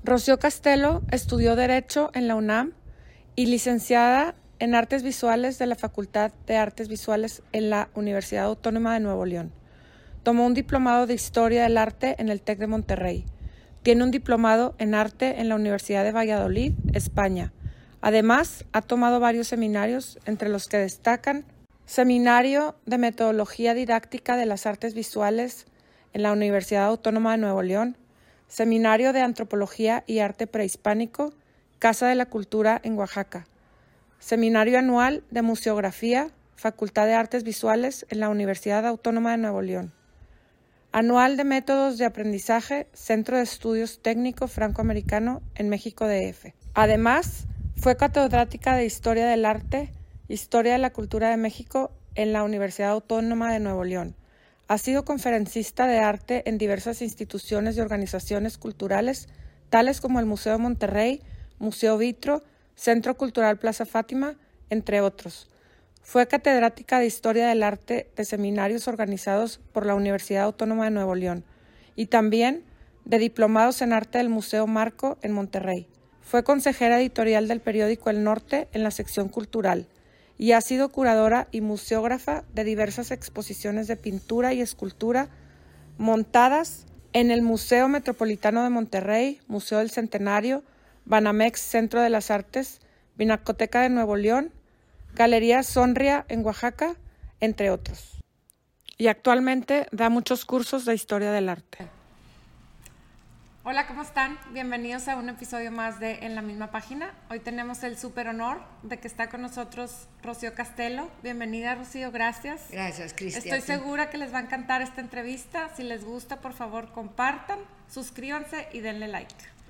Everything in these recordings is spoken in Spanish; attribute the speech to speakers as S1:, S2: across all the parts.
S1: Rocío Castelo estudió Derecho en la UNAM y licenciada en Artes Visuales de la Facultad de Artes Visuales en la Universidad Autónoma de Nuevo León. Tomó un diplomado de Historia del Arte en el TEC de Monterrey. Tiene un diplomado en Arte en la Universidad de Valladolid, España. Además, ha tomado varios seminarios, entre los que destacan Seminario de Metodología Didáctica de las Artes Visuales en la Universidad Autónoma de Nuevo León, Seminario de Antropología y Arte Prehispánico, Casa de la Cultura en Oaxaca, Seminario Anual de Museografía, Facultad de Artes Visuales en la Universidad Autónoma de Nuevo León, Anual de Métodos de Aprendizaje, Centro de Estudios Técnico Franco-Americano en México DF. Además, fue catedrática de Historia del Arte, Historia de la Cultura de México en la Universidad Autónoma de Nuevo León. Ha sido conferencista de arte en diversas instituciones y organizaciones culturales, tales como el Museo Monterrey, Museo Vitro, Centro Cultural Plaza Fátima, entre otros. Fue catedrática de Historia del Arte de seminarios organizados por la Universidad Autónoma de Nuevo León y también de diplomados en arte del Museo Marco en Monterrey. Fue consejera editorial del periódico El Norte en la sección cultural y ha sido curadora y museógrafa de diversas exposiciones de pintura y escultura montadas en el Museo Metropolitano de Monterrey, Museo del Centenario, Banamex Centro de las Artes, Pinacoteca de Nuevo León, Galería Sonria en Oaxaca, entre otros. Y actualmente da muchos cursos de historia del arte. Hola, ¿cómo están? Bienvenidos a un episodio más de En la misma página. Hoy tenemos el súper honor de que está con nosotros Rocío Castelo. Bienvenida, Rocío, gracias.
S2: Gracias, Cristian.
S1: Estoy segura que les va a encantar esta entrevista. Si les gusta, por favor, compartan, suscríbanse y denle like.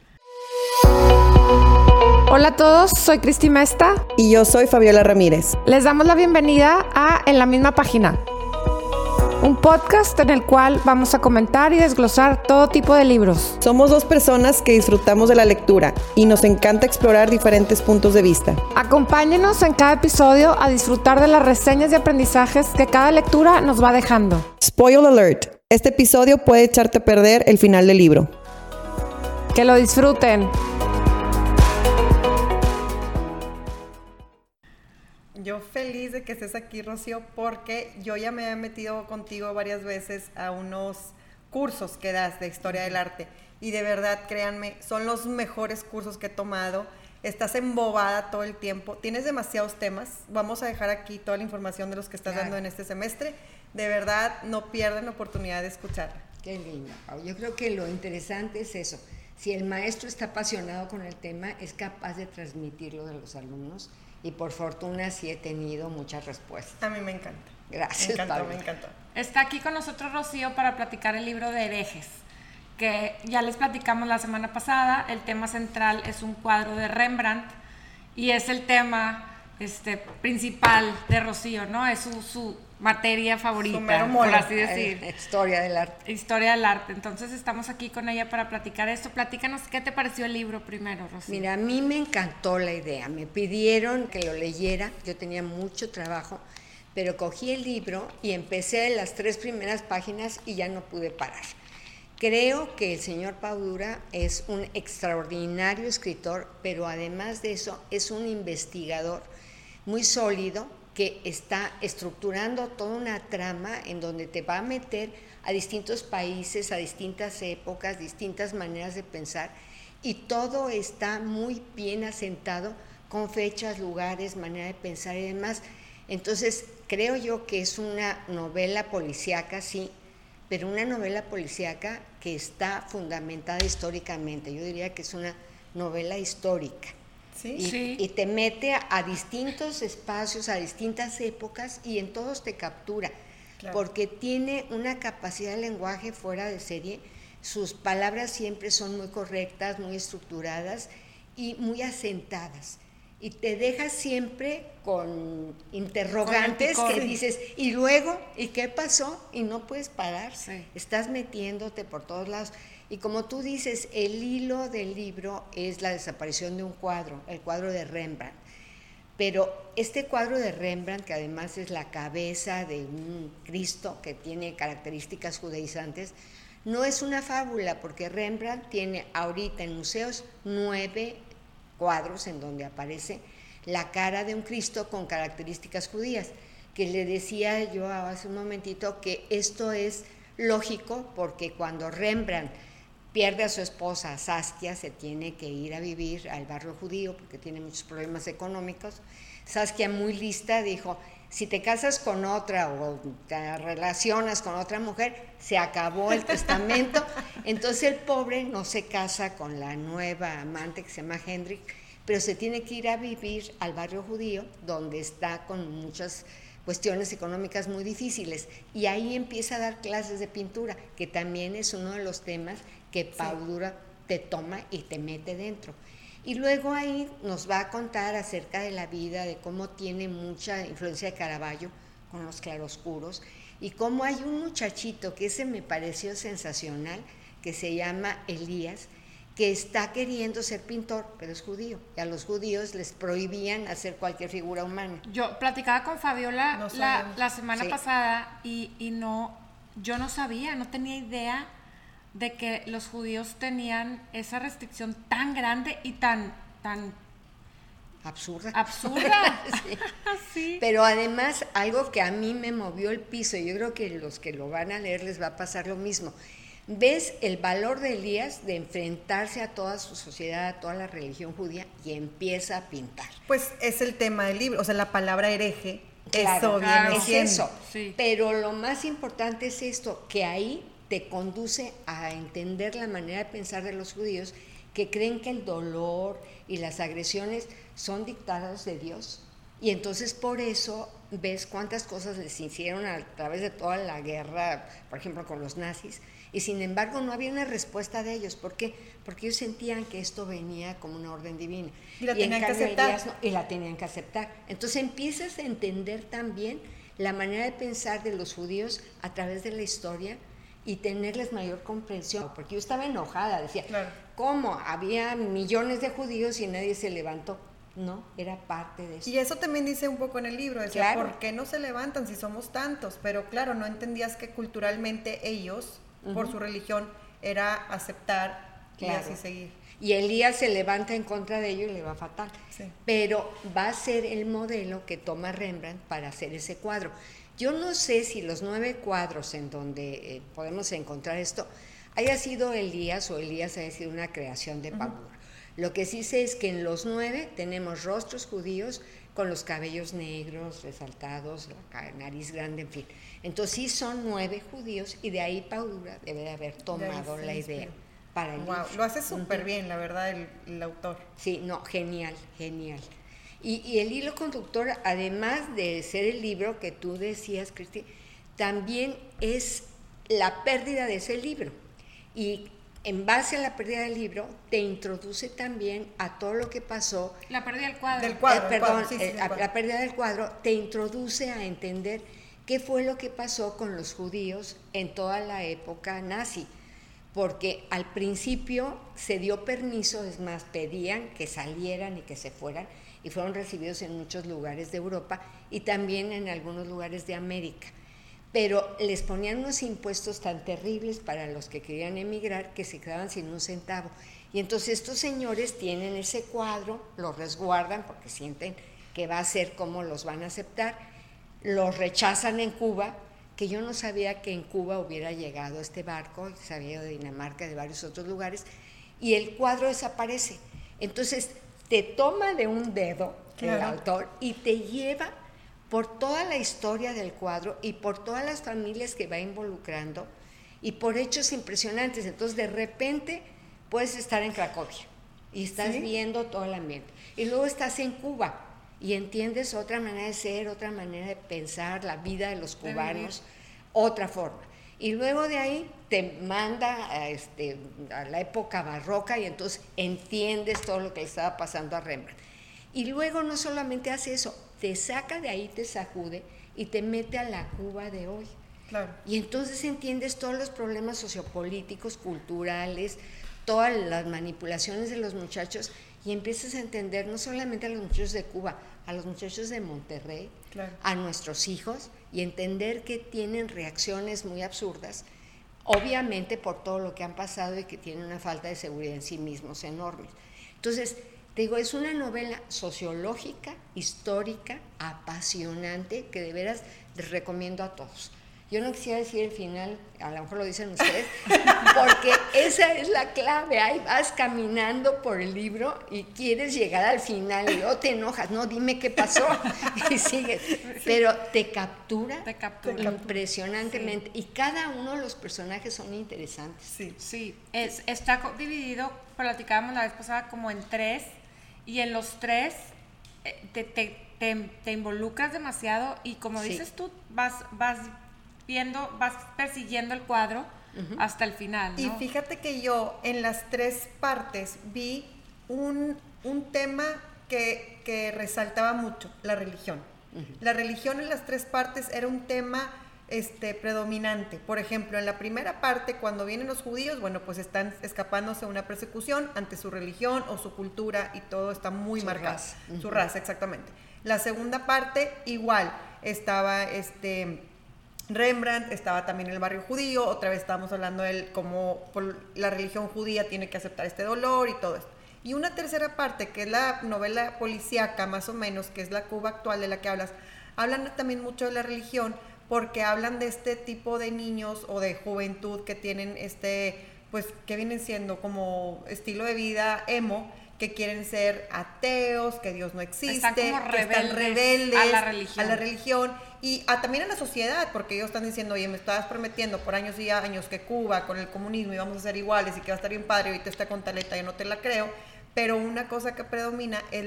S1: Hola a todos, soy Cristi Mesta.
S3: Y yo soy Fabiola Ramírez.
S1: Les damos la bienvenida a En la misma página, un podcast en el cual vamos a comentar y desglosar todo tipo de libros.
S3: Somos dos personas que disfrutamos de la lectura y nos encanta explorar diferentes puntos de vista.
S1: Acompáñenos en cada episodio a disfrutar de las reseñas y aprendizajes que cada lectura nos va dejando.
S3: Spoiler alert, este episodio puede echarte a perder el final del libro.
S1: Que lo disfruten.
S3: Yo feliz de que estés aquí, Rocío, porque yo ya me había metido contigo varias veces a unos cursos que das de historia del arte y de verdad, créanme, son los mejores cursos que he tomado. Estás embobada todo el tiempo, tienes demasiados temas. Vamos a dejar aquí toda la información de los que estás dando en este semestre. De verdad, no pierdan la oportunidad de escucharla.
S2: Qué lindo, Pau. Yo creo que lo interesante es eso. Si el maestro está apasionado con el tema, es capaz de transmitirlo a los alumnos. Y por fortuna sí he tenido muchas respuestas.
S3: A mí me encanta.
S2: Gracias, Pablo.
S3: Me encantó.
S1: Está aquí con nosotros Rocío para platicar el libro de Herejes, que ya les platicamos la semana pasada. El tema central es un cuadro de Rembrandt y es el tema principal de Rocío, ¿no? Es su materia favorita, por así decir.
S2: Historia del arte.
S1: Historia del arte. Entonces estamos aquí con ella para platicar esto. Platícanos, ¿qué te pareció el libro primero, Rocío?
S2: Mira, a mí me encantó la idea. Me pidieron que lo leyera. Yo tenía mucho trabajo, pero cogí el libro y empecé las 3 primeras páginas y ya no pude parar. Creo que el señor Pau Dura es un extraordinario escritor, pero además de eso es un investigador muy sólido que está estructurando toda una trama en donde te va a meter a distintos países, a distintas épocas, distintas maneras de pensar, y todo está muy bien asentado con fechas, lugares, manera de pensar y demás. Entonces, creo yo que es una novela policíaca, sí, pero una novela policíaca que está fundamentada históricamente. Yo diría que es una novela histórica.
S3: ¿Sí?
S2: Y te mete a distintos espacios, a distintas épocas, y en todos te captura, claro, porque tiene una capacidad de lenguaje fuera de serie. Sus palabras siempre son muy correctas, muy estructuradas y muy asentadas, y te deja siempre con interrogantes que dices, y luego, ¿y qué pasó? Y no puedes parar, estás metiéndote por todos lados. Y como tú dices, el hilo del libro es la desaparición de un cuadro, el cuadro de Rembrandt. Pero este cuadro de Rembrandt, que además es la cabeza de un Cristo que tiene características judaizantes, No es una fábula, porque Rembrandt tiene ahorita en museos 9 cuadros en donde aparece la cara de un Cristo con características judías, que le decía yo hace un momentito que esto es lógico, porque cuando Rembrandt pierde a su esposa, Saskia, se tiene que ir a vivir al barrio judío porque tiene muchos problemas económicos. Saskia, muy lista, dijo, si te casas con otra o te relacionas con otra mujer, se acabó el testamento. Entonces el pobre no se casa con la nueva amante que se llama Hendrik, pero se tiene que ir a vivir al barrio judío, donde está con muchas cuestiones económicas muy difíciles, y ahí empieza a dar clases de pintura, que también es uno de los temas que Padura te toma y te mete dentro. Y luego ahí nos va a contar acerca de la vida, de cómo tiene mucha influencia de Caravaggio con los claroscuros, y cómo hay un muchachito, que ese me pareció sensacional, que se llama Elías, que está queriendo ser pintor, pero es judío, y a los judíos les prohibían hacer cualquier figura humana.
S1: Yo platicaba con Fabiola la semana pasada y yo no sabía, no tenía idea de que los judíos tenían esa restricción tan grande y tan
S2: absurda.
S1: Sí. Sí.
S2: Pero además, algo que a mí me movió el piso, y yo creo que los que lo van a leer les va a pasar lo mismo. Ves el valor de Elías de enfrentarse a toda su sociedad, a toda la religión judía, y empieza a pintar.
S3: Pues es el tema del libro, o sea, la palabra hereje,
S2: claro,
S3: eso viene siendo.
S2: Es eso.
S1: Sí.
S2: Pero lo más importante es esto, que ahí te conduce a entender la manera de pensar de los judíos, que creen que el dolor y las agresiones son dictadas de Dios. Y entonces por eso ves cuántas cosas les hicieron a través de toda la guerra, por ejemplo con los nazis, y sin embargo no había una respuesta de ellos. ¿Por qué? Porque ellos sentían que esto venía como una orden divina.
S3: Y la tenían que aceptar.
S2: Y la tenían que aceptar. Entonces empiezas a entender también la manera de pensar de los judíos a través de la historia y tenerles mayor comprensión. Porque yo estaba enojada, decía,
S3: claro,
S2: ¿cómo? Había millones de judíos y nadie se levantó. No, era parte de eso.
S3: Y eso también dice un poco en el libro, decía,
S2: claro,
S3: ¿por qué no se levantan si somos tantos? Pero claro, no entendías que culturalmente ellos, por su religión, era aceptar y así seguir.
S2: Y Elías se levanta en contra de ello y le va fatal.
S3: Sí.
S2: Pero va a ser el modelo que toma Rembrandt para hacer ese cuadro. Yo no sé si los 9 cuadros en donde podemos encontrar esto haya sido Elías o Elías haya sido una creación de Padura. Lo que sí sé es que en los 9 tenemos rostros judíos con los cabellos negros, resaltados, la nariz grande, en fin. Entonces sí son 9 judíos, y de ahí Padura debe de haber tomado la idea para el libro.
S3: Lo hace súper bien, la verdad, el autor.
S2: Sí, no, genial, genial. Y el hilo conductor, además de ser el libro que tú decías, Cristi, también es la pérdida de ese libro. Y en base a la pérdida del libro, te introduce también a todo lo que pasó.
S1: La pérdida del cuadro.
S2: La pérdida del cuadro te introduce a entender qué fue lo que pasó con los judíos en toda la época nazi. Porque al principio se dio permiso, es más, pedían que salieran y que se fueran, y fueron recibidos en muchos lugares de Europa y también en algunos lugares de América. Pero les ponían unos impuestos tan terribles para los que querían emigrar que se quedaban sin un centavo. Y entonces estos señores tienen ese cuadro, lo resguardan porque sienten que va a ser como los van a aceptar, los rechazan en Cuba, que yo no sabía que en Cuba hubiera llegado este barco, sabía de Dinamarca, de varios otros lugares, y el cuadro desaparece. Entonces te toma de un dedo el autor y te lleva por toda la historia del cuadro y por todas las familias que va involucrando y por hechos impresionantes. Entonces de repente puedes estar en Cracovia y estás viendo todo el ambiente, y luego estás en Cuba y entiendes otra manera de ser, otra manera de pensar la vida de los cubanos, otra forma. Y luego de ahí te manda a la época barroca, y entonces entiendes todo lo que le estaba pasando a Rembrandt. Y luego no solamente hace eso, te saca de ahí, te sacude y te mete a la Cuba de hoy.
S3: Claro.
S2: Y entonces entiendes todos los problemas sociopolíticos, culturales, todas las manipulaciones de los muchachos, y empiezas a entender no solamente a los muchachos de Cuba, a los muchachos de Monterrey, a nuestros hijos, y entender que tienen reacciones muy absurdas obviamente por todo lo que han pasado y que tienen una falta de seguridad en sí mismos enorme. Entonces, te digo, es una novela sociológica, histórica, apasionante, que de veras les recomiendo a todos. Yo no quisiera decir el final, a lo mejor lo dicen ustedes, porque esa es la clave. Ahí vas caminando por el libro y quieres llegar al final y luego te enojas, no, dime qué pasó, y sigues. Pero te captura impresionantemente, y cada uno de los personajes son interesantes.
S1: Sí, está dividido, platicábamos la vez pasada, como en 3, y en los 3 te involucras demasiado, y como dices tú, vas persiguiendo el cuadro hasta el final, ¿no?
S3: Y fíjate que yo en las 3 partes vi un tema que resaltaba mucho, la religión. La religión en las 3 partes era un tema predominante. Por ejemplo, en la primera parte, cuando vienen los judíos, bueno, pues están escapándose de una persecución ante su religión o su cultura, y todo está muy marcado. Su raza, exactamente. La segunda parte, igual, estaba Rembrandt, estaba también el barrio judío, otra vez estábamos hablando de cómo la religión judía tiene que aceptar este dolor y todo esto. Y una tercera parte, que es la novela policíaca, más o menos, que es la Cuba actual de la que hablas, hablan también mucho de la religión, porque hablan de este tipo de niños o de juventud que tienen pues, que vienen siendo como estilo de vida emo, que quieren ser ateos, que Dios no existe,
S1: están
S3: rebeldes
S1: a la religión
S3: y también a la sociedad, porque ellos están diciendo, oye, me estabas prometiendo por años y años que Cuba con el comunismo íbamos a ser iguales y que va a estar bien padre, y ahorita está con taleta, yo no te la creo, pero una cosa que predomina es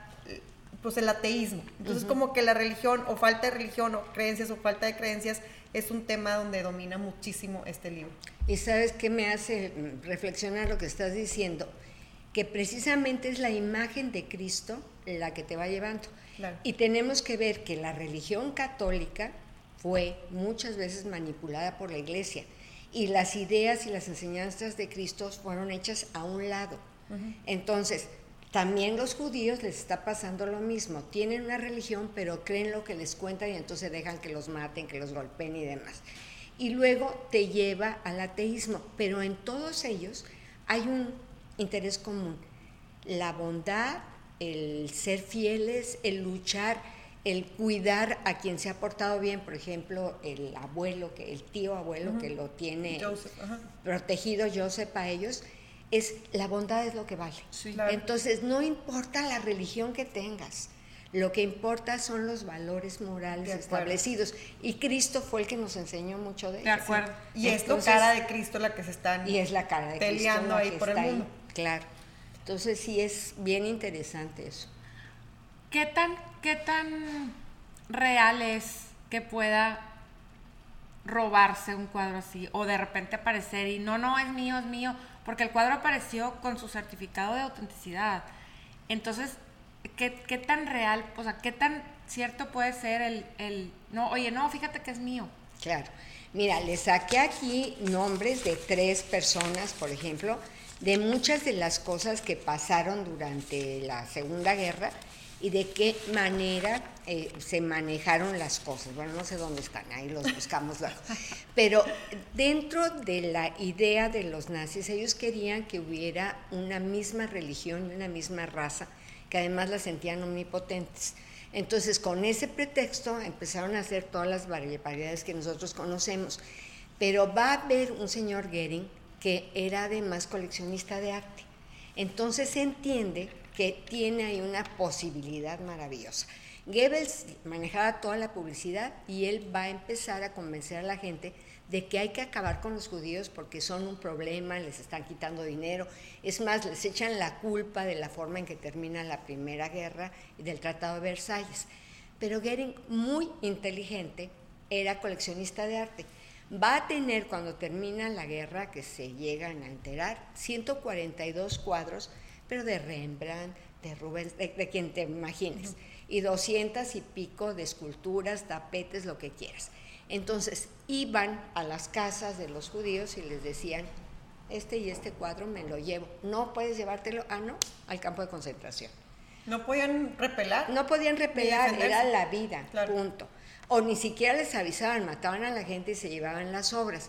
S3: el ateísmo. Entonces como que la religión o falta de religión o creencias o falta de creencias es un tema donde domina muchísimo este libro.
S2: Y ¿sabes qué me hace reflexionar lo que estás diciendo? Que precisamente es la imagen de Cristo la que te va llevando.
S3: Claro.
S2: Y tenemos que ver que la religión católica fue muchas veces manipulada por la Iglesia, y las ideas y las enseñanzas de Cristo fueron hechas a un lado. Entonces, también los judíos les está pasando lo mismo. Tienen una religión, pero creen lo que les cuentan, y entonces dejan que los maten, que los golpeen y demás. Y luego te lleva al ateísmo, pero en todos ellos hay un interés común: la bondad, el ser fieles, el luchar, el cuidar a quien se ha portado bien. Por ejemplo, el tío abuelo que lo tiene Joseph, protegido, Joseph, a ellos, la bondad es lo que vale.
S1: Sí, claro.
S2: Entonces no importa la religión que tengas, lo que importa son los valores morales establecidos, y Cristo fue el que nos enseñó mucho de eso.
S1: De acuerdo.
S3: Y entonces, es la cara de Cristo la que se están
S2: y es la cara de
S3: peleando
S2: Cristo
S3: ahí por el mundo.
S2: Claro. Entonces sí es bien interesante eso.
S1: ¿Qué tan real es que pueda robarse un cuadro así, o de repente aparecer y no es mío, porque el cuadro apareció con su certificado de autenticidad? Entonces, ¿qué tan real, o sea, qué tan cierto puede ser no, fíjate que es mío?
S2: Claro. Mira, le saqué aquí nombres de 3 personas, por ejemplo, de muchas de las cosas que pasaron durante la Segunda Guerra y de qué manera se manejaron las cosas. Bueno, no sé dónde están, ahí los buscamos luego. Pero dentro de la idea de los nazis, ellos querían que hubiera una misma religión y una misma raza, que además las sentían omnipotentes. Entonces, con ese pretexto empezaron a hacer todas las variedades que nosotros conocemos. Pero va a haber un señor Goering que era además coleccionista de arte. Entonces se entiende que tiene ahí una posibilidad maravillosa. Goebbels manejaba toda la publicidad, y él va a empezar a convencer a la gente de que hay que acabar con los judíos porque son un problema, les están quitando dinero. Es más, les echan la culpa de la forma en que termina la Primera Guerra y del Tratado de Versalles. Pero Goering, muy inteligente, era coleccionista de arte. Va a tener, cuando termina la guerra, que se llegan a enterar, 142 cuadros, pero de Rembrandt, de Rubens, de quien te imagines, y 200 y pico de esculturas, tapetes, lo que quieras. Entonces iban a las casas de los judíos y les decían: este cuadro me lo llevo. ¿No puedes llevártelo? No, al campo de concentración.
S3: ¿No podían repelar?
S2: No podían repelar, era la vida,
S3: claro.
S2: Punto. O ni siquiera les avisaban, mataban a la gente y se llevaban las obras.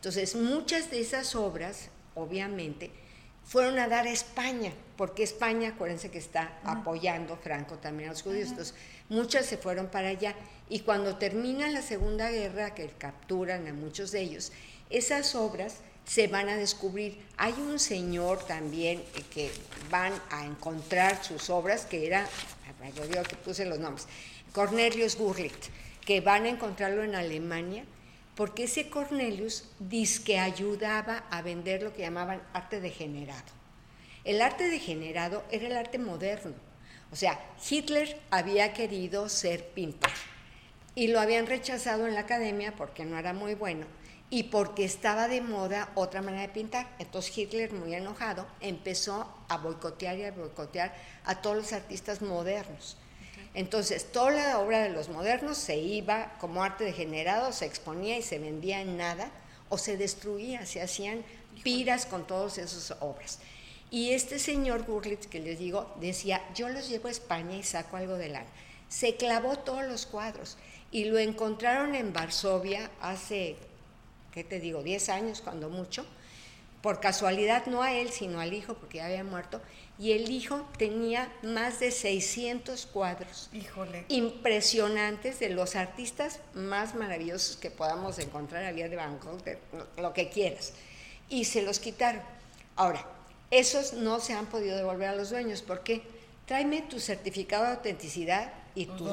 S2: Entonces, muchas de esas obras, obviamente, fueron a dar a España, porque España, acuérdense que está apoyando Franco también a los judíos, entonces muchas se fueron para allá, y cuando termina la Segunda Guerra, que capturan a muchos de ellos, esas obras se van a descubrir. Hay un señor también que van a encontrar sus obras, que era, yo digo que puse los nombres, Cornelius Gurlitt, que van a encontrarlo en Alemania, porque ese Cornelius dizque ayudaba a vender lo que llamaban arte degenerado. El arte degenerado era el arte moderno. O sea, Hitler había querido ser pintor y lo habían rechazado en la academia porque no era muy bueno y porque estaba de moda otra manera de pintar. Entonces Hitler, muy enojado, empezó a boicotear a todos los artistas modernos. Entonces, toda la obra de los modernos se iba como arte degenerado, se exponía y se vendía en nada, o se destruía, se hacían piras con todas esas obras. Y este señor Gurlitt, que les digo, decía, yo los llevo a España y saco algo de lana. Se clavó todos los cuadros y lo encontraron en Varsovia hace, 10 años, cuando mucho, por casualidad, no a él, sino al hijo, porque ya había muerto, y el hijo tenía más de 600 cuadros.
S3: Híjole.
S2: Impresionantes, de los artistas más maravillosos que podamos encontrar, había de Van Gogh, de lo que quieras, y se los quitaron. Ahora, esos no se han podido devolver a los dueños, porque tráeme tu certificado de autenticidad y tus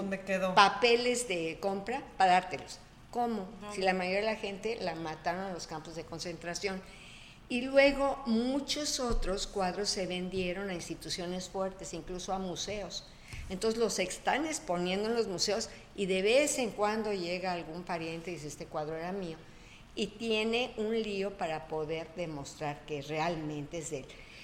S2: papeles de compra para dártelos. ¿Cómo? Si la mayoría de la gente la mataron en los campos de concentración. Y luego muchos otros cuadros se vendieron a instituciones fuertes, incluso a museos. Entonces los están exponiendo en los museos y de vez en cuando llega algún pariente y dice, este cuadro era mío. Y tiene un lío para poder demostrar que realmente es de él.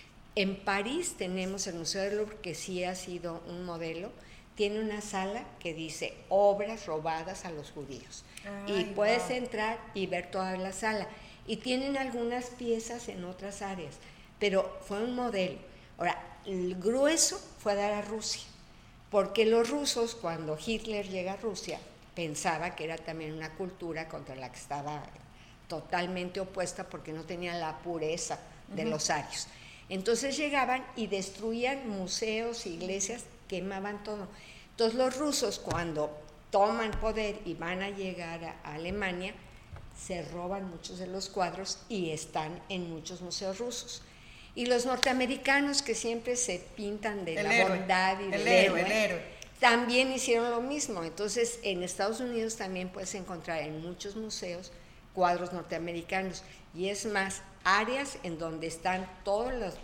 S2: En París tenemos el Museo del Louvre, que sí ha sido un modelo. Tiene una sala que dice obras robadas a los judíos. Y puedes entrar y ver toda la sala. Y tienen algunas piezas en otras áreas, pero fue un modelo. Ahora, el grueso fue a dar a Rusia, porque los rusos, cuando Hitler llega a Rusia, pensaba que era también una cultura contra la que estaba totalmente opuesta, porque no tenía la pureza de los arios. Entonces llegaban y destruían museos, iglesias, quemaban todo. Entonces los rusos, cuando toman poder y van a llegar a Alemania, se roban muchos de los cuadros y están en muchos museos rusos. Y los norteamericanos, que siempre se pintan de la bondad y del héroe, también hicieron lo mismo. Entonces, en Estados Unidos también puedes encontrar en muchos museos cuadros norteamericanos. Y es más, áreas en donde están todos los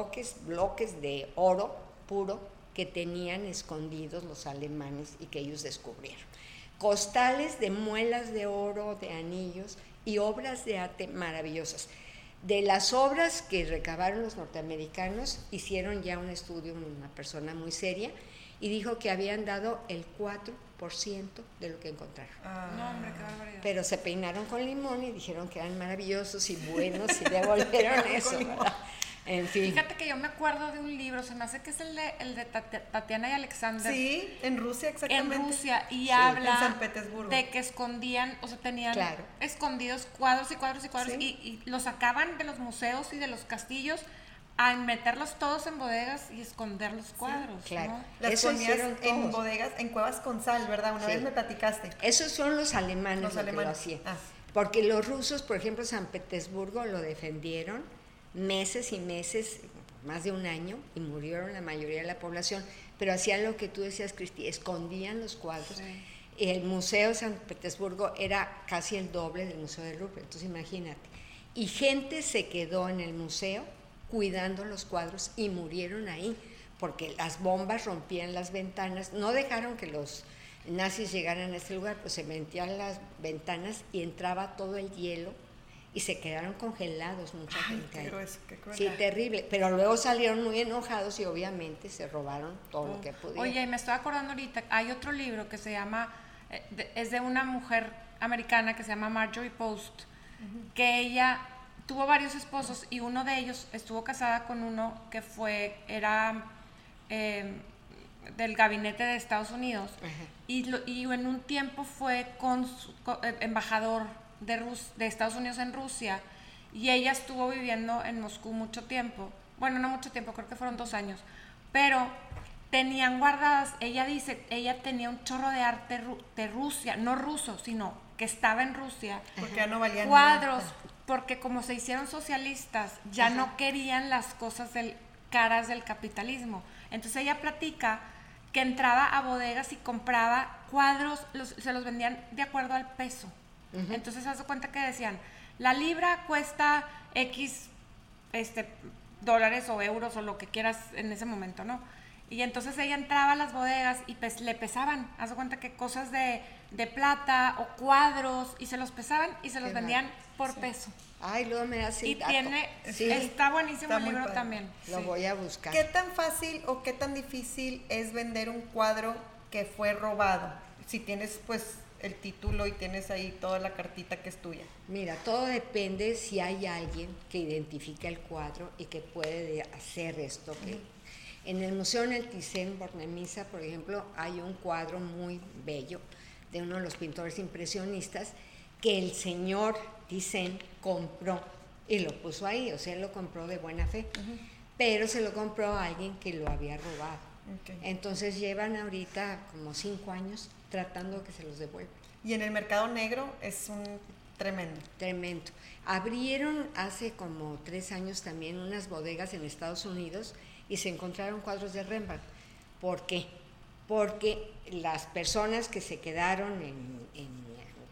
S2: bloques de oro puro que tenían escondidos los alemanes y que ellos descubrieron. Costales de muelas de oro, de anillos y obras de arte maravillosas. De las obras que recabaron los norteamericanos, hicieron ya un estudio, una persona muy seria, y dijo que habían dado el 4% de lo que encontraron.
S1: No, hombre, qué barbaridad.
S2: Pero se peinaron con limón y dijeron que eran maravillosos y buenos y devolvieron eso, ¿verdad? En fin.
S1: Fíjate que yo me acuerdo de un libro, se me hace que es el de Tatiana y Alexander.
S3: Sí, en Rusia exactamente.
S1: En Rusia, y
S3: sí,
S1: habla
S3: en San Petersburgo,
S1: de que escondían, o sea, tenían escondidos cuadros y cuadros y cuadros, y los sacaban de los museos y de los castillos a meterlos todos en bodegas y esconder los cuadros.
S2: Sí, claro.
S1: ¿no?
S3: Las ponías en bodegas, en cuevas con sal, ¿verdad? Una vez me platicaste.
S2: Esos son los alemanes que lo hacían. Porque los rusos, por ejemplo, San Petersburgo lo defendieron meses y meses, más de un año, y murieron la mayoría de la población, pero hacían lo que tú decías, Cristi, escondían los cuadros. Sí. El Museo de San Petersburgo era casi el doble del Museo del Louvre, entonces imagínate. Y gente se quedó en el museo cuidando los cuadros y murieron ahí, porque las bombas rompían las ventanas, no dejaron que los nazis llegaran a este lugar, pues se metían las ventanas y entraba todo el hielo, y se quedaron congelados mucha gente ahí. Sí, terrible. Pero luego salieron muy enojados y obviamente se robaron todo lo que pudieron.
S1: Oye, y me estoy acordando ahorita, hay otro libro que se llama, es de una mujer americana que se llama Marjorie Post, que ella tuvo varios esposos y uno de ellos estuvo casada con uno que era del gabinete de Estados Unidos, y en un tiempo fue embajador de Estados Unidos en Rusia, y ella estuvo viviendo en Moscú mucho tiempo. Bueno, no mucho tiempo, creo que fueron 2 años, pero tenían guardadas, ella dice, ella tenía un chorro de arte de Rusia, no ruso, sino que estaba en Rusia,
S3: porque ya no valían
S1: cuadros,
S3: nada.
S1: porque como se hicieron socialistas, ya no querían las cosas caras del capitalismo. Entonces ella platica que entraba a bodegas y compraba cuadros, se los vendían de acuerdo al peso. Entonces se hace cuenta que decían, la libra cuesta X dólares o euros o lo que quieras en ese momento, ¿no? Y entonces ella entraba a las bodegas y le pesaban, haz de cuenta que cosas de plata o cuadros, y se los pesaban y se los vendían por peso.
S2: Ay, luego me das el dato.
S1: Está buenísimo el libro
S3: padre.
S1: también.
S2: Lo voy a buscar.
S3: ¿Qué tan fácil o qué tan difícil es vender un cuadro que fue robado? Si tienes pues el título y tienes ahí toda la cartita que es tuya.
S2: Mira, todo depende si hay alguien que identifica el cuadro y que puede hacer esto. En el Museo en el Thyssen-Bornemisza, por ejemplo, hay un cuadro muy bello de uno de los pintores impresionistas que el señor Thyssen compró y lo puso ahí, o sea, él lo compró de buena fe, pero se lo compró a alguien que lo había robado. Entonces llevan ahorita como 5 años tratando que se los devuelvan.
S3: Y en el mercado negro es un tremendo.
S2: Tremendo. Abrieron hace como 3 años también unas bodegas en Estados Unidos y se encontraron cuadros de Rembrandt. ¿Por qué? Porque las personas que se quedaron en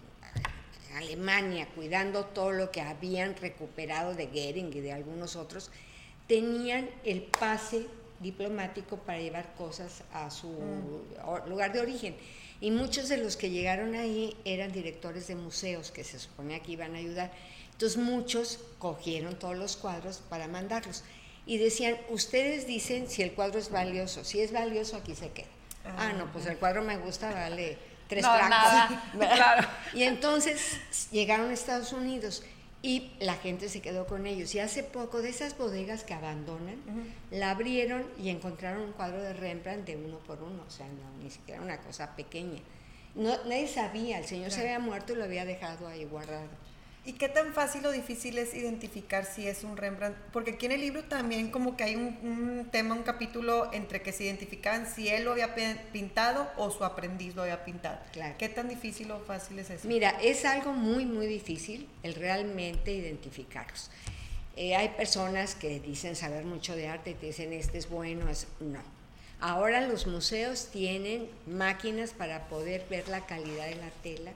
S2: Alemania cuidando todo lo que habían recuperado de Goering y de algunos otros, tenían el pase diplomático para llevar cosas a su lugar de origen. Y muchos de los que llegaron ahí eran directores de museos que se suponía que iban a ayudar. Entonces muchos cogieron todos los cuadros para mandarlos. Y decían, ustedes dicen si el cuadro es valioso. Si es valioso, aquí se queda. No, pues el cuadro me gusta, vale 3 francos.
S1: Nada, claro.
S2: Y entonces llegaron a Estados Unidos y la gente se quedó con ellos. Y hace poco, de esas bodegas que abandonan, la abrieron y encontraron un cuadro de Rembrandt de 1 por 1. O sea, no, ni siquiera una cosa pequeña. Nadie sabía, el señor se había muerto y lo había dejado ahí guardado.
S3: ¿Y qué tan fácil o difícil es identificar si es un Rembrandt? Porque aquí en el libro también como que hay un tema, un capítulo entre que se identificaban si él lo había pintado o su aprendiz lo había pintado.
S2: Claro.
S3: ¿Qué tan difícil o fácil es eso?
S2: Mira, es algo muy, muy difícil el realmente identificarlos. Hay personas que dicen saber mucho de arte y te dicen este es bueno, no. Ahora los museos tienen máquinas para poder ver la calidad de la tela,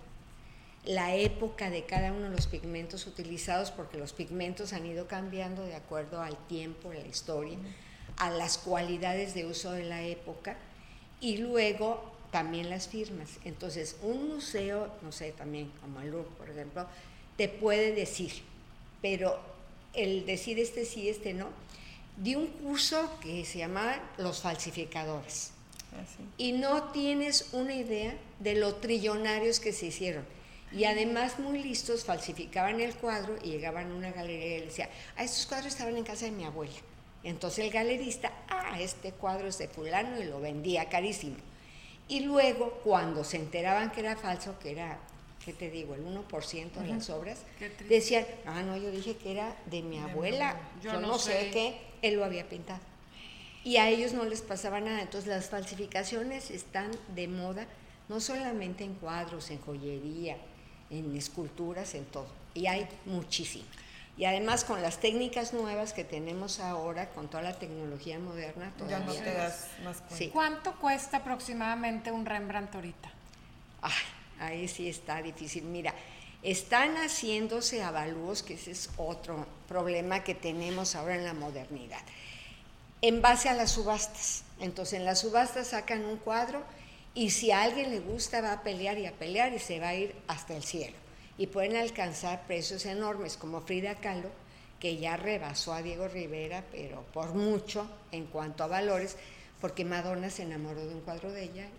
S2: la época de cada uno de los pigmentos utilizados, porque los pigmentos han ido cambiando de acuerdo al tiempo, a la historia, a las cualidades de uso de la época, y luego también las firmas. Entonces, un museo, no sé, también como el Louvre, por ejemplo, te puede decir, pero el decir este sí, este no, di un curso que se llamaba Los falsificadores. Y no tienes una idea de lo trillonarios que se hicieron. Y además muy listos, falsificaban el cuadro y llegaban a una galería y le decía, estos cuadros estaban en casa de mi abuela. Entonces el galerista, este cuadro es de fulano, y lo vendía carísimo. Y luego, cuando se enteraban que era falso, que era, ¿qué te digo?, el 1% de las obras, decían, no, yo dije que era de mi abuela, yo no sé qué, él lo había pintado. Y a ellos no les pasaba nada. Entonces las falsificaciones están de moda, no solamente en cuadros, en joyería, en esculturas, en todo, y hay muchísimo. Y además con las técnicas nuevas que tenemos ahora, con toda la tecnología moderna, todavía
S3: ya no te das más cuenta.
S2: Sí.
S1: ¿Cuánto cuesta aproximadamente un Rembrandt ahorita?
S2: Ahí sí está difícil. Mira, están haciéndose avalúos, que ese es otro problema que tenemos ahora en la modernidad, en base a las subastas. Entonces en las subastas sacan un cuadro y si a alguien le gusta va a pelear y se va a ir hasta el cielo. Y pueden alcanzar precios enormes, como Frida Kahlo, que ya rebasó a Diego Rivera, pero por mucho en cuanto a valores, porque Madonna se enamoró de un cuadro de ella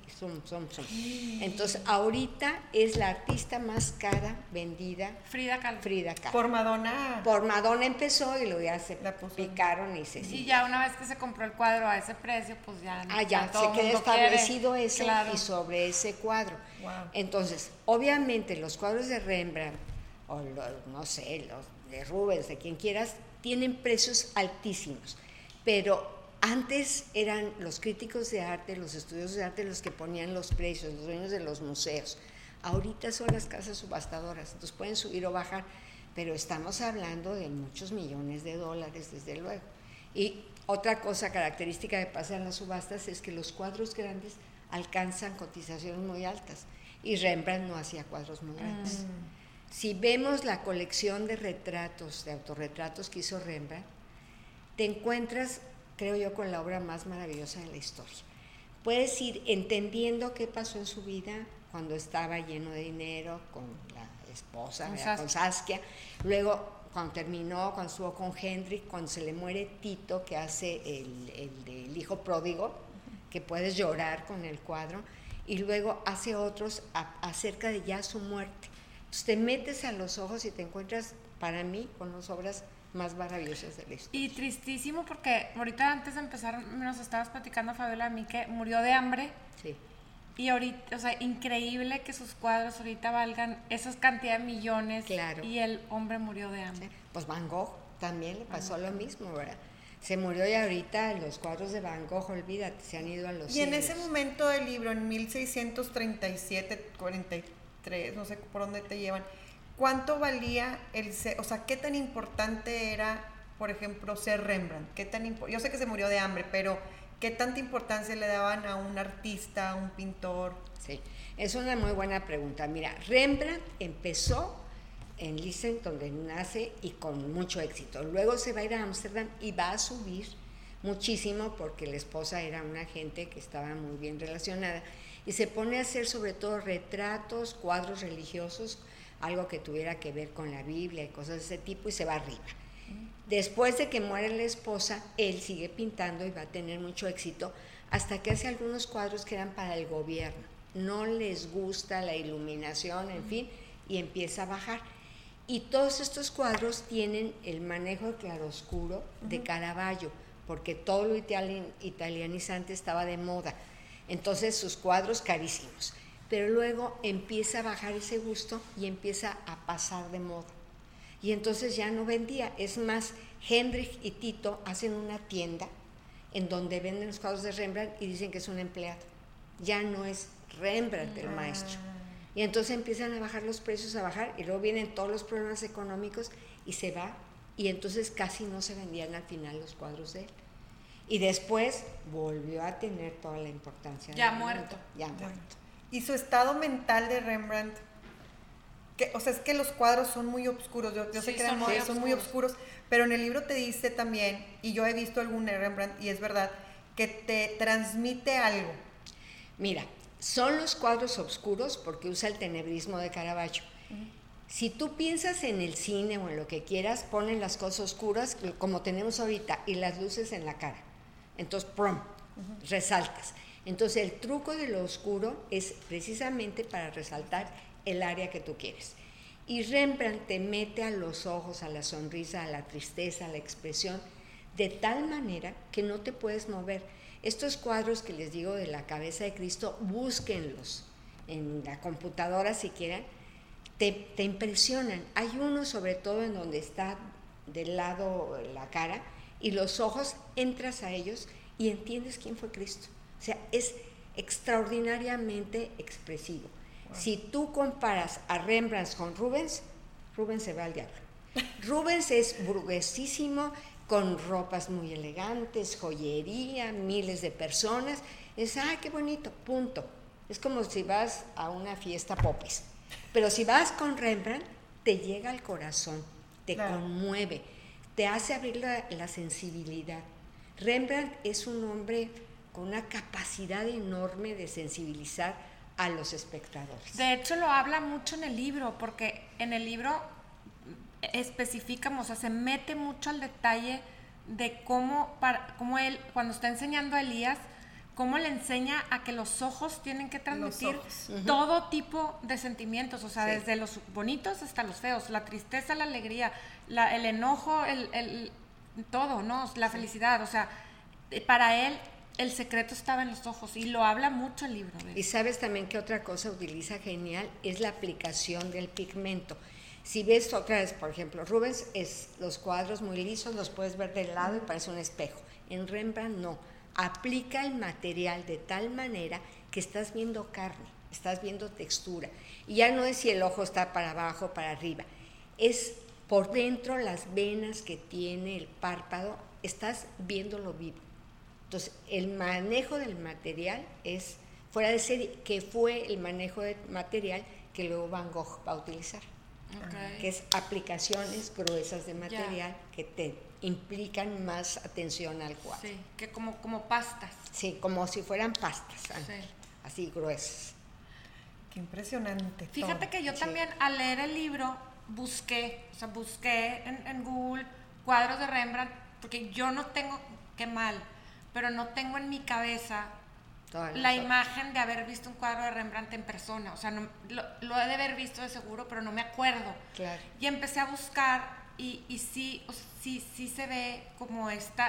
S2: y Entonces ahorita es la artista más cara vendida.
S1: Frida Kahlo.
S3: Por Madonna.
S2: Por Madonna empezó y luego ya se picaron y se
S1: Y ya una vez que se compró el cuadro a ese precio, pues ya
S2: ya
S1: todo
S2: se quedó establecido
S1: quiere.
S2: eso,
S1: claro.
S2: Y sobre ese cuadro.
S3: Wow.
S2: Entonces, obviamente los cuadros de Rembrandt no sé, los de Rubens, de quien quieras, tienen precios altísimos, pero antes eran los críticos de arte, los estudios de arte los que ponían los precios, los dueños de los museos. Ahorita son las casas subastadoras, entonces pueden subir o bajar, pero estamos hablando de muchos millones de dólares, desde luego. Y otra cosa característica que pasa en las subastas es que los cuadros grandes alcanzan cotizaciones muy altas, y Rembrandt no hacía cuadros muy grandes. Si vemos la colección de retratos, de autorretratos que hizo Rembrandt, te encuentras, creo yo, con la obra más maravillosa de la historia. Puedes ir entendiendo qué pasó en su vida cuando estaba lleno de dinero, con la esposa, con Saskia. Luego, cuando terminó, cuando estuvo con Hendrik, cuando se le muere Tito, que hace el hijo pródigo, que puedes llorar con el cuadro, y luego hace otros acerca de ya su muerte. Entonces te metes a los ojos y te encuentras, para mí, con las obras más maravillosas de la historia.
S1: Y tristísimo porque ahorita antes de empezar nos estabas platicando, Fabiola, a mí que murió de hambre.
S2: Sí.
S1: Y ahorita, o sea, increíble que sus cuadros ahorita valgan esa cantidad de millones.
S2: Claro.
S1: Y el hombre murió de hambre.
S2: Sí. Pues Van Gogh también le pasó lo mismo, ¿verdad? Se murió y ahorita los cuadros de Van Gogh, olvídate, se han ido a los
S3: Y en
S2: siglos.
S3: ese momento del libro, en 1637, 43, no sé por dónde te llevan, ¿cuánto valía o sea, qué tan importante era, por ejemplo, ser Rembrandt? Yo sé que se murió de hambre, pero ¿qué tanta importancia le daban a un artista, a un pintor?
S2: Sí, es una muy buena pregunta. Mira, Rembrandt empezó en Lissabon, donde nace, y con mucho éxito. Luego se va a ir a Ámsterdam y va a subir muchísimo porque la esposa era una gente que estaba muy bien relacionada, y se pone a hacer sobre todo retratos, cuadros religiosos, algo que tuviera que ver con la Biblia y cosas de ese tipo, y se va arriba. Después de que muere la esposa, él sigue pintando y va a tener mucho éxito, hasta que hace algunos cuadros que eran para el gobierno. No les gusta la iluminación, en fin, y empieza a bajar. Y todos estos cuadros tienen el manejo de claroscuro de Caravaggio, porque todo lo italianizante estaba de moda. Entonces sus cuadros carísimos. Pero luego empieza a bajar ese gusto y empieza a pasar de moda. Y entonces ya no vendía. Es más, Hendrik y Tito hacen una tienda en donde venden los cuadros de Rembrandt y dicen que es un empleado. Ya no es Rembrandt el maestro. Y entonces empiezan a bajar los precios, a bajar, y luego vienen todos los problemas económicos y se va, y entonces casi no se vendían al final los cuadros de él. Y después volvió a tener toda la importancia.
S1: Ya muerto.
S2: Ya muerto.
S3: Y su estado mental de Rembrandt, o sea, es que los cuadros son muy oscuros, yo sé que son muy oscuros, pero en el libro te dice también, y yo he visto algún de Rembrandt, y es verdad, que te transmite algo.
S2: Mira, son los cuadros oscuros porque usa el tenebrismo de Caravaggio. Si tú piensas en el cine o en lo que quieras, ponen las cosas oscuras como tenemos ahorita y las luces en la cara. Entonces, ¡prum!, resaltas. Entonces, el truco de lo oscuro es precisamente para resaltar el área que tú quieres. Y Rembrandt te mete a los ojos, a la sonrisa, a la tristeza, a la expresión, de tal manera que no te puedes mover. Estos cuadros que les digo de la cabeza de Cristo, búsquenlos en la computadora si quieren, te impresionan. Hay uno sobre todo en donde está del lado la cara y los ojos, entras a ellos y entiendes quién fue Cristo. O sea, es extraordinariamente expresivo. Wow. Si tú comparas a Rembrandt con Rubens, Rubens se va al diablo. Rubens es burguesísimo, con ropas muy elegantes, joyería, miles de personas. Es, ¡ay, qué bonito! Punto. Es como si vas a una fiesta popis. Pero si vas con Rembrandt, te llega al corazón, te conmueve, te hace abrir la sensibilidad. Rembrandt es un hombre con una capacidad enorme de sensibilizar a los espectadores.
S1: De hecho, lo habla mucho en el libro, porque en el libro especificamos, o sea, se mete mucho al detalle de cómo él, cuando está enseñando a Elías, cómo le enseña a que los ojos tienen que transmitir todo tipo de sentimientos, o sea, desde los bonitos hasta los feos, la tristeza, la alegría, el enojo, todo, ¿no? La felicidad, o sea, para él el secreto estaba en los ojos, y lo habla mucho el libro.
S2: Y sabes también que otra cosa utiliza genial es la aplicación del pigmento. Si ves otra vez, por ejemplo, Rubens, los cuadros muy lisos, los puedes ver del lado y parece un espejo. En Rembrandt no, aplica el material de tal manera que estás viendo carne, estás viendo textura. Y ya no es si el ojo está para abajo o para arriba, es por dentro las venas que tiene el párpado, estás viéndolo vivo. Entonces, el manejo del material es fuera de serie, que fue el manejo del material que luego Van Gogh va a utilizar. Okay. Que es aplicaciones gruesas de material que te implican más atención al cuadro.
S1: Sí, que como pastas.
S2: Sí, como si fueran pastas, así gruesas.
S3: Qué impresionante.
S1: Fíjate que yo también al leer el libro busqué en Google cuadros de Rembrandt, porque yo no tengo, qué mal, pero no tengo en mi cabeza la imagen de haber visto un cuadro de Rembrandt en persona. O sea, no, lo he de haber visto de seguro, pero no me acuerdo.
S2: Claro.
S1: Y empecé a buscar y sí, o sea, sí se ve como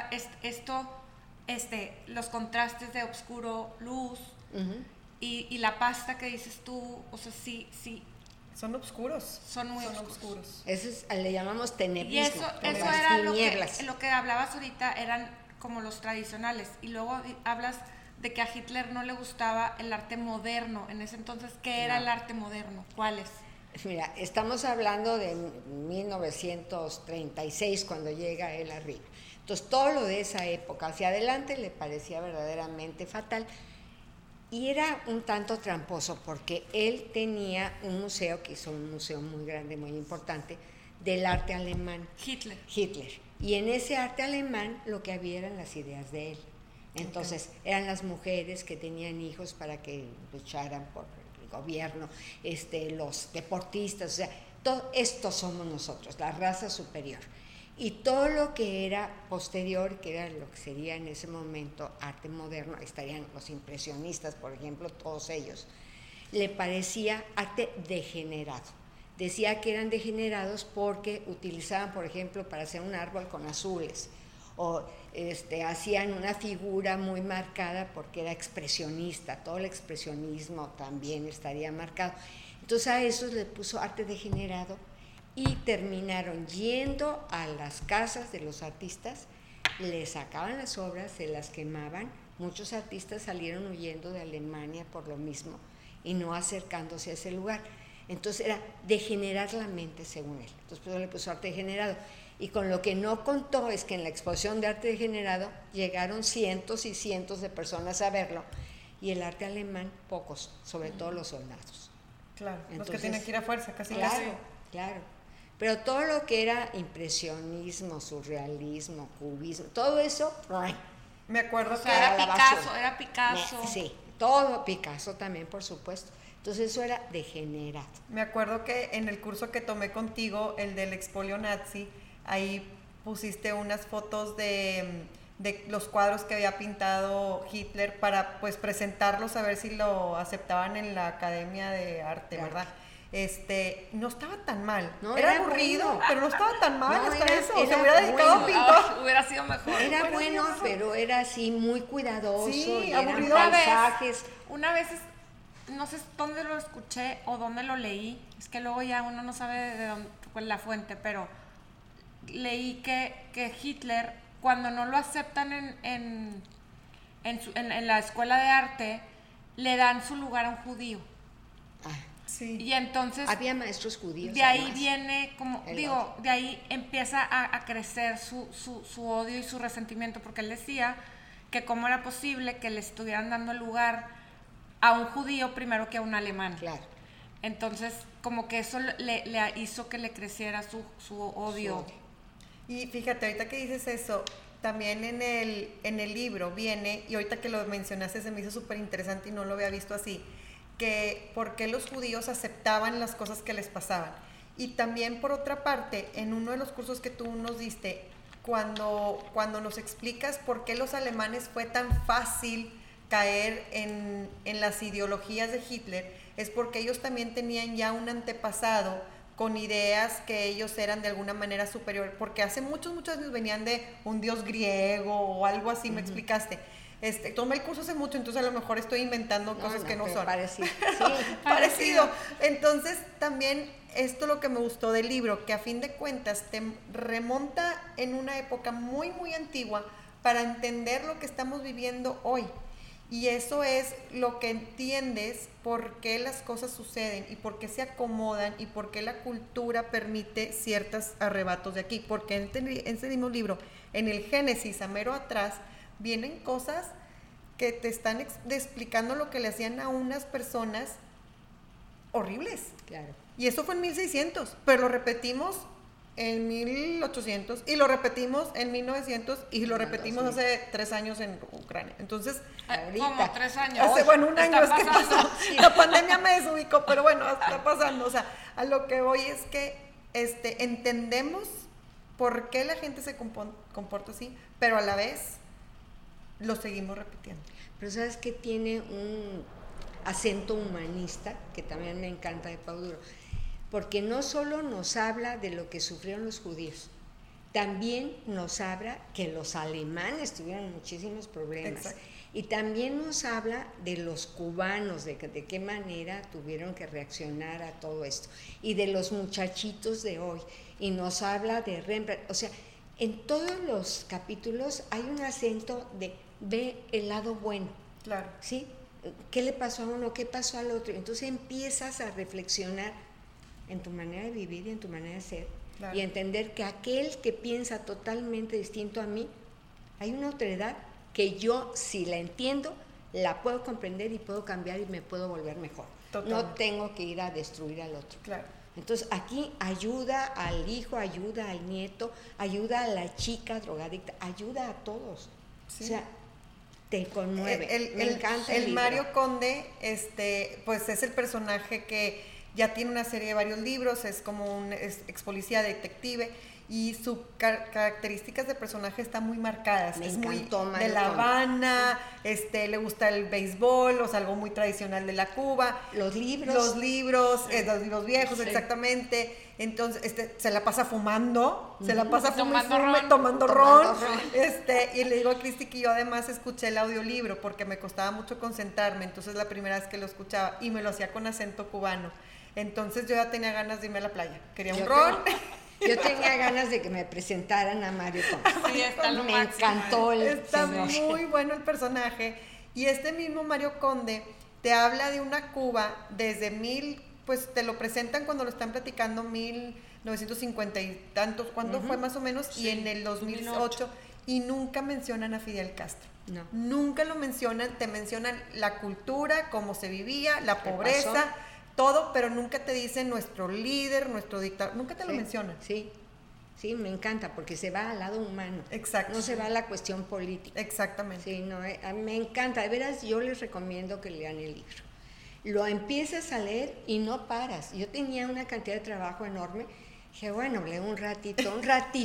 S1: los contrastes de oscuro, luz, y la pasta que dices tú, o sea, sí.
S3: Son oscuros.
S1: Son muy oscuros.
S2: Eso le llamamos tenebrismo.
S1: Y eso era lo que hablabas ahorita, eran como los tradicionales. Y luego hablas de que a Hitler no le gustaba el arte moderno. En ese entonces, ¿qué era el arte moderno? ¿Cuáles?
S2: Mira, estamos hablando de 1936, cuando llega él arriba. Entonces, todo lo de esa época hacia adelante le parecía verdaderamente fatal. Y era un tanto tramposo, porque él tenía un museo, que hizo un museo muy grande, muy importante, del arte alemán.
S1: Hitler.
S2: Y en ese arte alemán lo que había eran las ideas de él. Entonces, eran las mujeres que tenían hijos para que lucharan por el gobierno, los deportistas, o sea, todo esto somos nosotros, la raza superior. Y todo lo que era posterior, que era lo que sería en ese momento arte moderno, estarían los impresionistas, por ejemplo, todos ellos, le parecía arte degenerado. Decía que eran degenerados porque utilizaban, por ejemplo, para hacer un árbol con azules, o hacían una figura muy marcada porque era expresionista, todo el expresionismo también estaría marcado. Entonces a eso le puso arte degenerado y terminaron yendo a las casas de los artistas, les sacaban las obras, se las quemaban. Muchos artistas salieron huyendo de Alemania por lo mismo y no acercándose a ese lugar. Entonces era degenerar la mente, según él. Entonces pues, le puso arte degenerado. Y con lo que no contó es que en la exposición de arte degenerado llegaron cientos y cientos de personas a verlo, y el arte alemán, pocos, sobre todo los soldados.
S3: Claro, entonces, los que tienen que ir a fuerza, casi.
S2: Claro. Pero todo lo que era impresionismo, surrealismo, cubismo, todo eso,
S3: me acuerdo que
S1: era Picasso.
S2: Sí, todo Picasso también, por supuesto. Entonces eso era degenerado.
S3: Me acuerdo que en el curso que tomé contigo, el del expolio nazi, ahí pusiste unas fotos de los cuadros que había pintado Hitler para pues presentarlos, a ver si lo aceptaban en la Academia de Arte, ¿verdad? No estaba tan mal. No, era aburrido, bueno, pero no estaba tan mal hasta eso. Se hubiera dedicado a pintar.
S1: Hubiera sido mejor.
S2: Era bueno, pero era así muy cuidadoso.
S3: Sí,
S2: y
S3: aburrido.
S2: Eran paisajes.
S1: Una vez, no sé dónde lo escuché o dónde lo leí, es que luego ya uno no sabe de dónde fue la fuente, pero leí que Hitler, cuando no lo aceptan en la escuela de arte, le dan su lugar a un judío.
S3: Sí.
S1: Y entonces
S2: había maestros judíos.
S1: De ahí además, viene, como digo, de ahí empieza a crecer su odio y su resentimiento, porque él decía que cómo era posible que le estuvieran dando lugar a un judío primero que a un alemán.
S2: Claro.
S1: Entonces, como que eso le hizo que le creciera su odio.
S3: Y fíjate, ahorita que dices eso, también en el libro viene, y ahorita que lo mencionaste se me hizo súper interesante y no lo había visto así, que por qué los judíos aceptaban las cosas que les pasaban. Y también, por otra parte, en uno de los cursos que tú nos diste, cuando nos explicas por qué los alemanes fue tan fácil caer en las ideologías de Hitler, es porque ellos también tenían ya un antepasado con ideas que ellos eran de alguna manera superior, porque hace muchos años venían de un dios griego o algo así, me explicaste. Tomé el curso hace mucho, entonces a lo mejor estoy inventando cosas que no son.
S2: Parecido. Sí,
S3: parecido. Entonces, también esto lo que me gustó del libro, que a fin de cuentas te remonta en una época muy, muy antigua para entender lo que estamos viviendo hoy. Y eso es lo que entiendes por qué las cosas suceden y por qué se acomodan y por qué la cultura permite ciertos arrebatos de aquí. Porque en este mismo libro, en el Génesis, a mero atrás, vienen cosas que te están explicando lo que le hacían a unas personas horribles.
S2: Claro.
S3: Y eso fue en 1600, pero lo repetimos en 1800 y lo repetimos en 1900 y lo repetimos hace 3 años en Ucrania. Entonces,
S1: ahorita, como 3 años.
S3: Hace, bueno, un año es que pasó. Sí. La pandemia me desubicó, pero bueno, está pasando. O sea, a lo que voy es que entendemos por qué la gente se comporta así, pero a la vez lo seguimos repitiendo.
S2: Pero sabes que tiene un acento humanista que también me encanta de Pau Duro, porque no solo nos habla de lo que sufrieron los judíos, también nos habla que los alemanes tuvieron muchísimos problemas. Exacto. Y también nos habla de los cubanos, de qué manera tuvieron que reaccionar a todo esto, y de los muchachitos de hoy, y nos habla de Rembrandt. O sea, en todos los capítulos hay un acento de ve el lado bueno.
S3: Claro.
S2: ¿Sí? ¿Qué le pasó a uno? ¿Qué pasó al otro? Entonces empiezas a reflexionar en tu manera de vivir y en tu manera de ser. Claro. Y entender que aquel que piensa totalmente distinto a mí, hay una otredad que yo, si la entiendo, la puedo comprender y puedo cambiar y me puedo volver mejor. Totalmente. No tengo que ir a destruir al otro.
S3: Claro.
S2: Entonces aquí ayuda al hijo, ayuda al nieto, ayuda a la chica drogadicta, ayuda a todos. Sí. O sea, te conmueve. Me encanta el libro.
S3: Mario Conde, pues es el personaje que ya tiene una serie de varios libros, es como un ex policía detective, y sus características de personaje están muy marcadas.
S2: Me
S3: es
S2: encantó,
S3: muy de La Habana, le gusta el béisbol, o sea, algo muy tradicional de la Cuba.
S2: Los libros.
S3: Los libros viejos, sí. Exactamente. Entonces, se la pasa fumando, se la pasa tomando ron. Y le digo a Cristi que yo además escuché el audiolibro porque me costaba mucho concentrarme, entonces la primera vez que lo escuchaba, y me lo hacía con acento cubano. Entonces yo ya tenía ganas de irme a la playa. Quería un ron.
S2: Yo tenía ganas de que me presentaran a Mario Conde.
S1: Sí, está lo
S2: me
S1: máximo.
S2: Encantó el
S3: Está
S2: señor.
S3: Muy bueno el personaje. Y este mismo Mario Conde te habla de una Cuba desde pues te lo presentan cuando lo están platicando 1950 y tantos, ¿cuándo fue más o menos? Sí, y en el 2008, y nunca mencionan a Fidel Castro.
S2: No.
S3: Nunca lo mencionan, te mencionan la cultura, cómo se vivía, la pobreza, todo, pero nunca te dicen nuestro líder, nuestro dictador, nunca te lo mencionan.
S2: Sí, me encanta, porque se va al lado humano.
S3: Exacto.
S2: No se va a la cuestión política.
S3: Exactamente.
S2: Sí, no, a mí me encanta. De veras, yo les recomiendo que lean el libro. Lo empiezas a leer y no paras. Yo tenía una cantidad de trabajo enorme. Dije, bueno, leo un ratito.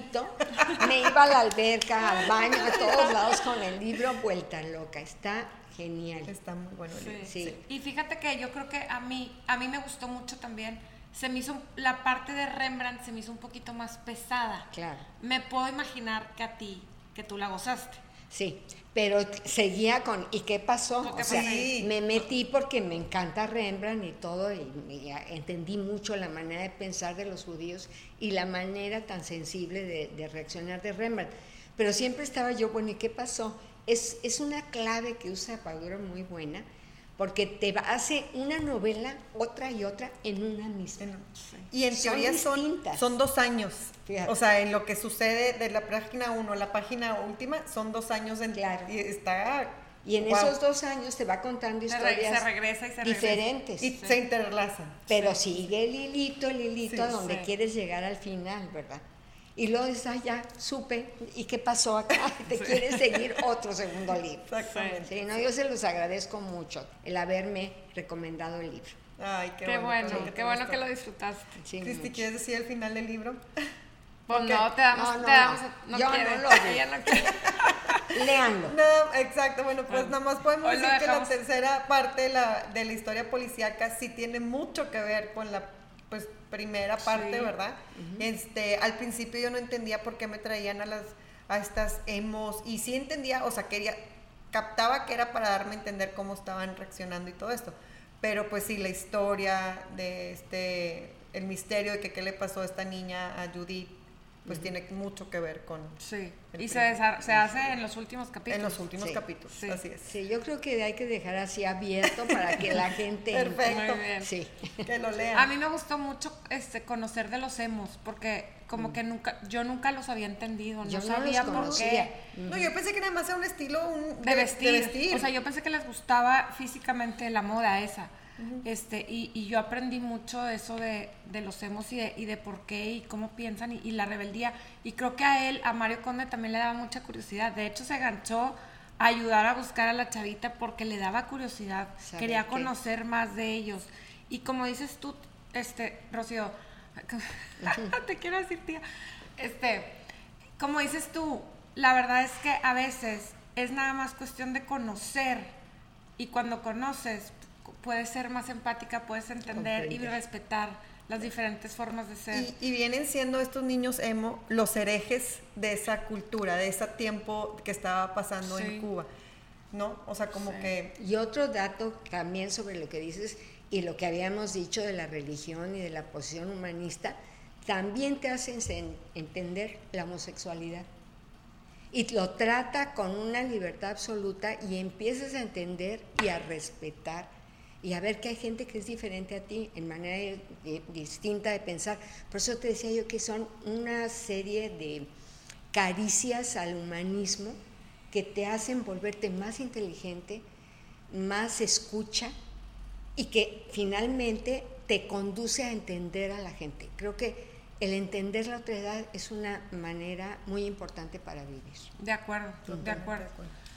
S2: Me iba a la alberca, al baño, a todos lados con el libro, vuelta loca. Está genial.
S3: Está muy bueno el libro.
S1: Sí. Y fíjate que yo creo que a mí me gustó mucho también. Se me hizo, la parte de Rembrandt se me hizo un poquito más pesada.
S2: Claro.
S1: Me puedo imaginar que tú la gozaste.
S2: Sí, pero seguía con, ¿y qué pasó?
S1: O sea,
S2: me metí porque me encanta Rembrandt y todo, y entendí mucho la manera de pensar de los judíos y la manera tan sensible de reaccionar de Rembrandt. Pero siempre estaba yo, bueno, ¿y qué pasó? Es una clave que usa Pau Duro muy buena, porque hace una novela, otra y otra, en una misma.
S3: Y en teoría son 2 años.
S2: Fíjate.
S3: O sea, en lo que sucede de la página 1 a la página última, son 2 años.
S2: Claro.
S3: Y
S2: en esos 2 años te va contando historias
S1: se regresa
S2: diferentes.
S3: Y se interlazan.
S2: Pero sigue el hilito donde
S3: sí.
S2: quieres llegar al final, ¿verdad? Y luego dices, ya supe, ¿y qué pasó acá? Te quieres seguir otro segundo libro.
S3: Exactamente.
S2: Sí, no, yo se los agradezco mucho el haberme recomendado el libro.
S3: Ay,
S1: qué bueno, qué bueno que lo disfrutaste.
S2: Sí,
S3: Cristi, ¿quieres decir el final del libro?
S1: Pues no, te damos, no
S2: yo
S1: quiere.
S2: no lo digo. Léanlo.
S3: No, exacto, bueno, pues nada más podemos decir que la
S1: dejamos.
S3: tercera parte de la historia policíaca sí tiene mucho que ver con la pues primera parte, ¿verdad? Al principio yo no entendía por qué me traían a estas emos, y sí entendía, o sea, captaba que era para darme a entender cómo estaban reaccionando y todo esto, pero pues sí, la historia de el misterio de que qué le pasó a esta niña, a Judith, pues tiene mucho que ver con...
S1: Sí, y se hace en los últimos capítulos.
S3: En los últimos capítulos,
S1: sí.
S3: Así es.
S2: Sí, yo creo que hay que dejar así abierto para que la gente...
S3: Perfecto.
S1: Muy bien.
S2: Sí.
S3: Que lo lean.
S1: A mí me gustó mucho conocer de los emos, porque como que yo nunca los había entendido,
S2: Yo
S1: no
S2: no
S1: sabía
S2: los
S1: por
S2: conocía.
S1: qué.
S3: No, yo pensé que nada más era un estilo
S1: De vestir. O sea, yo pensé que les gustaba físicamente la moda esa. Y yo aprendí mucho eso de los emos y de por qué y cómo piensan y la rebeldía. Y creo que a Mario Conde también le daba mucha curiosidad. De hecho, se enganchó a ayudar a buscar a la chavita porque le daba curiosidad. Quería conocer más de ellos. Y como dices tú, Rocío, te quiero decir, tía, como dices tú, la verdad es que a veces es nada más cuestión de conocer, y cuando conoces puedes ser más empática, puedes entender y respetar las diferentes formas de ser.
S3: Y vienen siendo estos niños emo los herejes de esa cultura, de ese tiempo que estaba pasando en Cuba, ¿no? O sea, como que...
S2: Y otro dato también sobre lo que dices y lo que habíamos dicho de la religión y de la posición humanista, también te hacen entender la homosexualidad. Y lo trata con una libertad absoluta y empiezas a entender y a respetar y a ver que hay gente que es diferente a ti en manera distinta de pensar. Por eso te decía yo que son una serie de caricias al humanismo que te hacen volverte más inteligente, más escucha y que finalmente te conduce a entender a la gente. Creo que el entender la otra edad es una manera muy importante para vivir.
S1: De acuerdo, de acuerdo.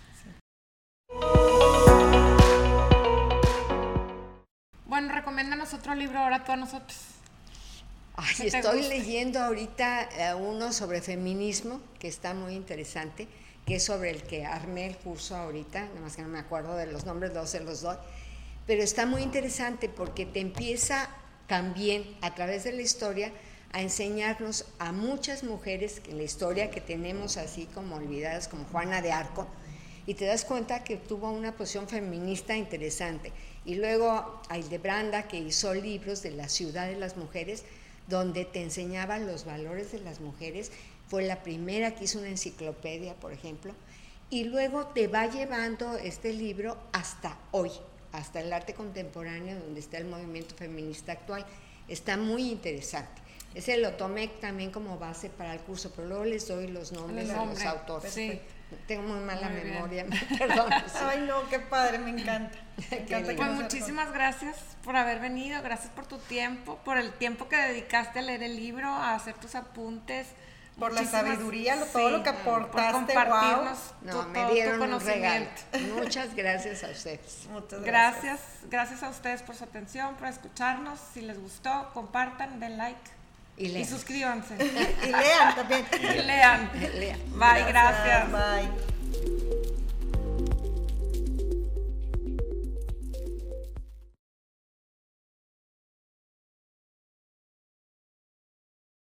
S1: Bueno, recomiéndanos otro libro ahora tú a nosotros.
S2: Ay, estoy leyendo ahorita uno sobre feminismo que está muy interesante, que es sobre el que armé el curso ahorita, nada más que no me acuerdo de los nombres, luego se los doy, pero está muy interesante porque te empieza también a través de la historia a enseñarnos a muchas mujeres en la historia que tenemos así como olvidadas, como Juana de Arco, y te das cuenta que tuvo una posición feminista interesante. Y luego a Hildebranda, que hizo libros de la ciudad de las mujeres, donde te enseñaba los valores de las mujeres, fue la primera que hizo una enciclopedia, por ejemplo, y luego te va llevando este libro hasta hoy, hasta el arte contemporáneo, donde está el movimiento feminista actual. Está muy interesante. Ese lo tomé también como base para el curso, pero luego les doy los nombres de los autores.
S1: Sí.
S2: Tengo muy mala memoria,
S1: bien.
S2: perdón.
S3: Ay, no, qué padre, me encanta. Me encanta.
S1: Pues muchísimas gracias por haber venido, gracias por tu tiempo, por el tiempo que dedicaste a leer el libro, a hacer tus apuntes.
S3: Por la sabiduría, todo lo que aportaste,
S1: por compartirnos
S2: me dieron
S1: tu
S2: un regalo.
S1: conocimiento.
S2: Muchas gracias a ustedes.
S3: Muchas
S1: Gracias a ustedes por su atención, por escucharnos. Si les gustó, compartan, den like y suscríbanse.
S3: Y lean también.
S1: Y lean.
S2: Lean.
S1: Bye, gracias.
S3: Bye.